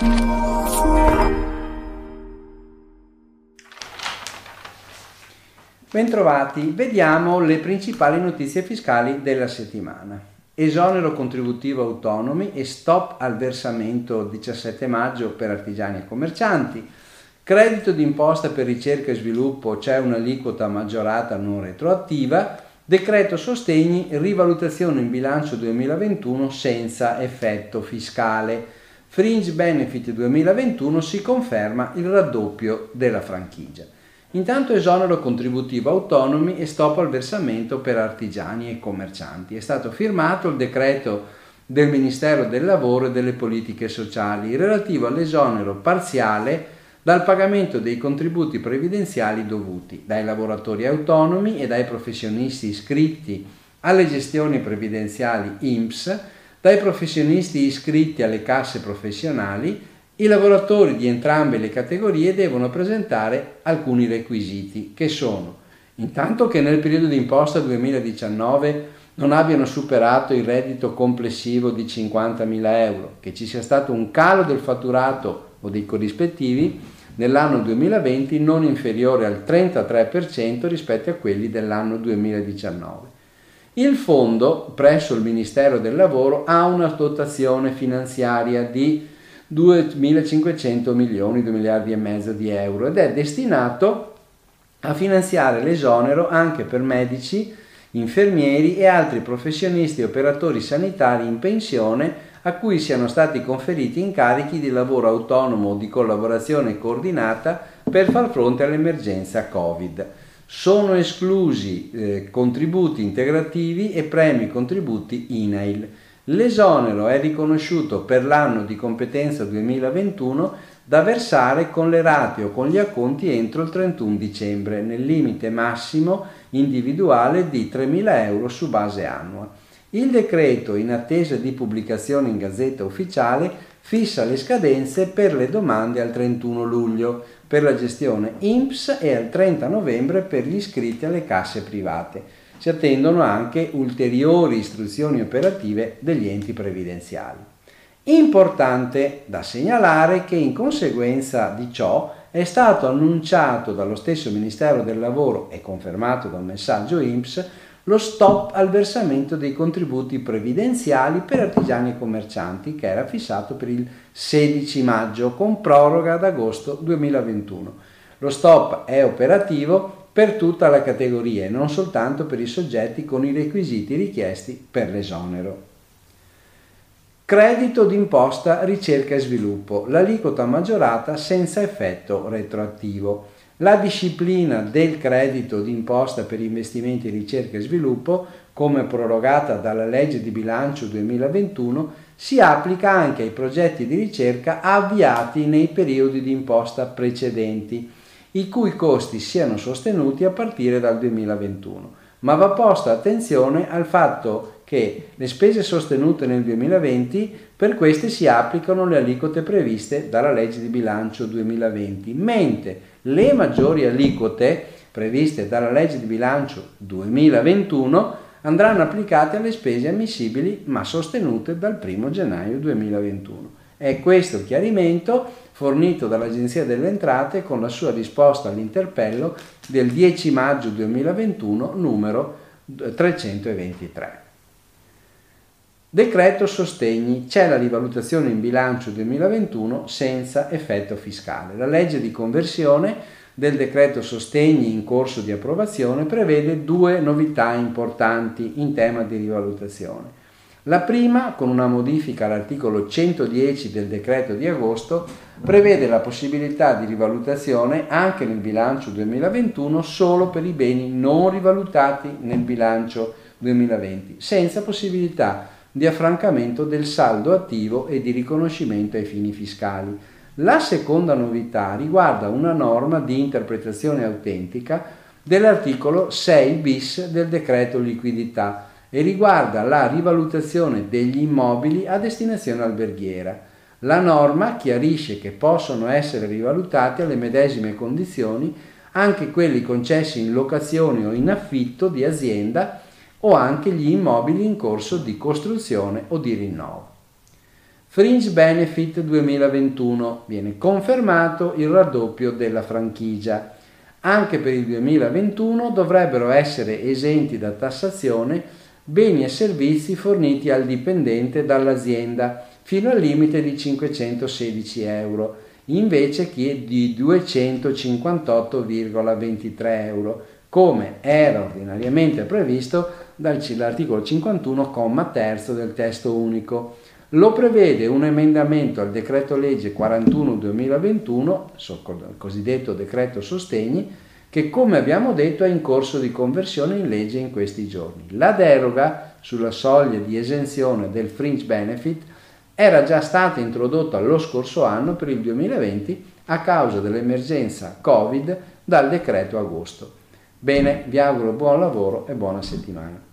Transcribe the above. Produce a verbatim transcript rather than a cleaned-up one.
Bentrovati, vediamo le principali notizie fiscali della settimana. Esonero contributivo autonomi e stop al versamento diciassette maggio per artigiani e commercianti. Credito d'imposta per ricerca e sviluppo, c'è un'aliquota maggiorata non retroattiva. Decreto sostegni, rivalutazione in bilancio duemilaventuno senza effetto fiscale. Fringe benefit duemilaventuno si conferma il raddoppio della franchigia. Intanto esonero contributivo autonomi e stop al versamento per artigiani e commercianti. È stato firmato il decreto del Ministero del Lavoro e delle Politiche Sociali relativo all'esonero parziale dal pagamento dei contributi previdenziali dovuti dai lavoratori autonomi e dai professionisti iscritti alle gestioni previdenziali I N P S, dai professionisti iscritti alle casse professionali. I lavoratori di entrambe le categorie devono presentare alcuni requisiti, che sono: intanto che nel periodo di imposta duemiladiciannove non abbiano superato il reddito complessivo di cinquantamila euro, che ci sia stato un calo del fatturato o dei corrispettivi nell'anno duemilaventi non inferiore al trentatré per cento rispetto a quelli dell'anno duemiladiciannove. Il fondo presso il Ministero del Lavoro ha una dotazione finanziaria di duemilacinquecento milioni, due miliardi e mezzo di euro, ed è destinato a finanziare l'esonero anche per medici, infermieri e altri professionisti e operatori sanitari in pensione a cui siano stati conferiti incarichi di lavoro autonomo o di collaborazione coordinata per far fronte all'emergenza Covid. Sono esclusi eh, contributi integrativi e premi contributi I N A I L. L'esonero è riconosciuto per l'anno di competenza duemilaventuno da versare con le rate o con gli acconti entro il trentuno dicembre, nel limite massimo individuale di tremila euro su base annua. Il decreto, in attesa di pubblicazione in Gazzetta Ufficiale, fissa le scadenze per le domande al trentuno luglio per la gestione I N P S e al trenta novembre per gli iscritti alle casse private. Si attendono anche ulteriori istruzioni operative degli enti previdenziali. Importante da segnalare che in conseguenza di ciò è stato annunciato dallo stesso Ministero del Lavoro e confermato da un messaggio I N P S lo stop al versamento dei contributi previdenziali per artigiani e commercianti, che era fissato per il sedici maggio con proroga ad agosto duemilaventuno. Lo stop è operativo per tutta la categoria e non soltanto per i soggetti con i requisiti richiesti per l'esonero. Credito d'imposta ricerca e sviluppo, l'aliquota maggiorata senza effetto retroattivo. La disciplina del credito d'imposta per investimenti in ricerca e sviluppo, come prorogata dalla legge di bilancio duemilaventuno, si applica anche ai progetti di ricerca avviati nei periodi di imposta precedenti, i cui costi siano sostenuti a partire dal duemilaventuno, ma va posta attenzione al fatto che le spese sostenute nel duemilaventi, per queste si applicano le aliquote previste dalla legge di bilancio duemilaventi, mentre le maggiori aliquote previste dalla legge di bilancio duemilaventuno andranno applicate alle spese ammissibili ma sostenute dal primo gennaio duemilaventuno. È questo il chiarimento fornito dall'Agenzia delle Entrate con la sua risposta all'interpello del dieci maggio duemilaventuno numero trecentoventitré. Decreto sostegni, c'è la rivalutazione in bilancio duemilaventuno senza effetto fiscale. La legge di conversione del decreto sostegni in corso di approvazione prevede due novità importanti in tema di rivalutazione. La prima, con una modifica all'articolo centodieci del decreto di agosto, prevede la possibilità di rivalutazione anche nel bilancio duemilaventuno solo per i beni non rivalutati nel bilancio duemilaventi, senza possibilità di affrancamento del saldo attivo e di riconoscimento ai fini fiscali. La seconda novità riguarda una norma di interpretazione autentica dell'articolo sei bis del decreto liquidità e riguarda la rivalutazione degli immobili a destinazione alberghiera. La norma chiarisce che possono essere rivalutati alle medesime condizioni anche quelli concessi in locazione o in affitto di azienda o anche gli immobili in corso di costruzione o di rinnovo. Fringe Benefit duemilaventuno, viene confermato il raddoppio della franchigia. Anche per il duemilaventuno dovrebbero essere esenti da tassazione beni e servizi forniti al dipendente dall'azienda fino al limite di cinquecentosedici euro, invece che di duecentocinquantotto virgola ventitré euro, come era ordinariamente previsto dall'articolo cinquantuno, comma terzo del testo unico. Lo prevede un emendamento al decreto legge quarantuno duemilaventuno, il cosiddetto decreto sostegni, che come abbiamo detto è in corso di conversione in legge in questi giorni. La deroga sulla soglia di esenzione del fringe benefit era già stata introdotta lo scorso anno per il duemilaventi a causa dell'emergenza Covid dal decreto agosto. Bene, vi auguro buon lavoro e buona settimana.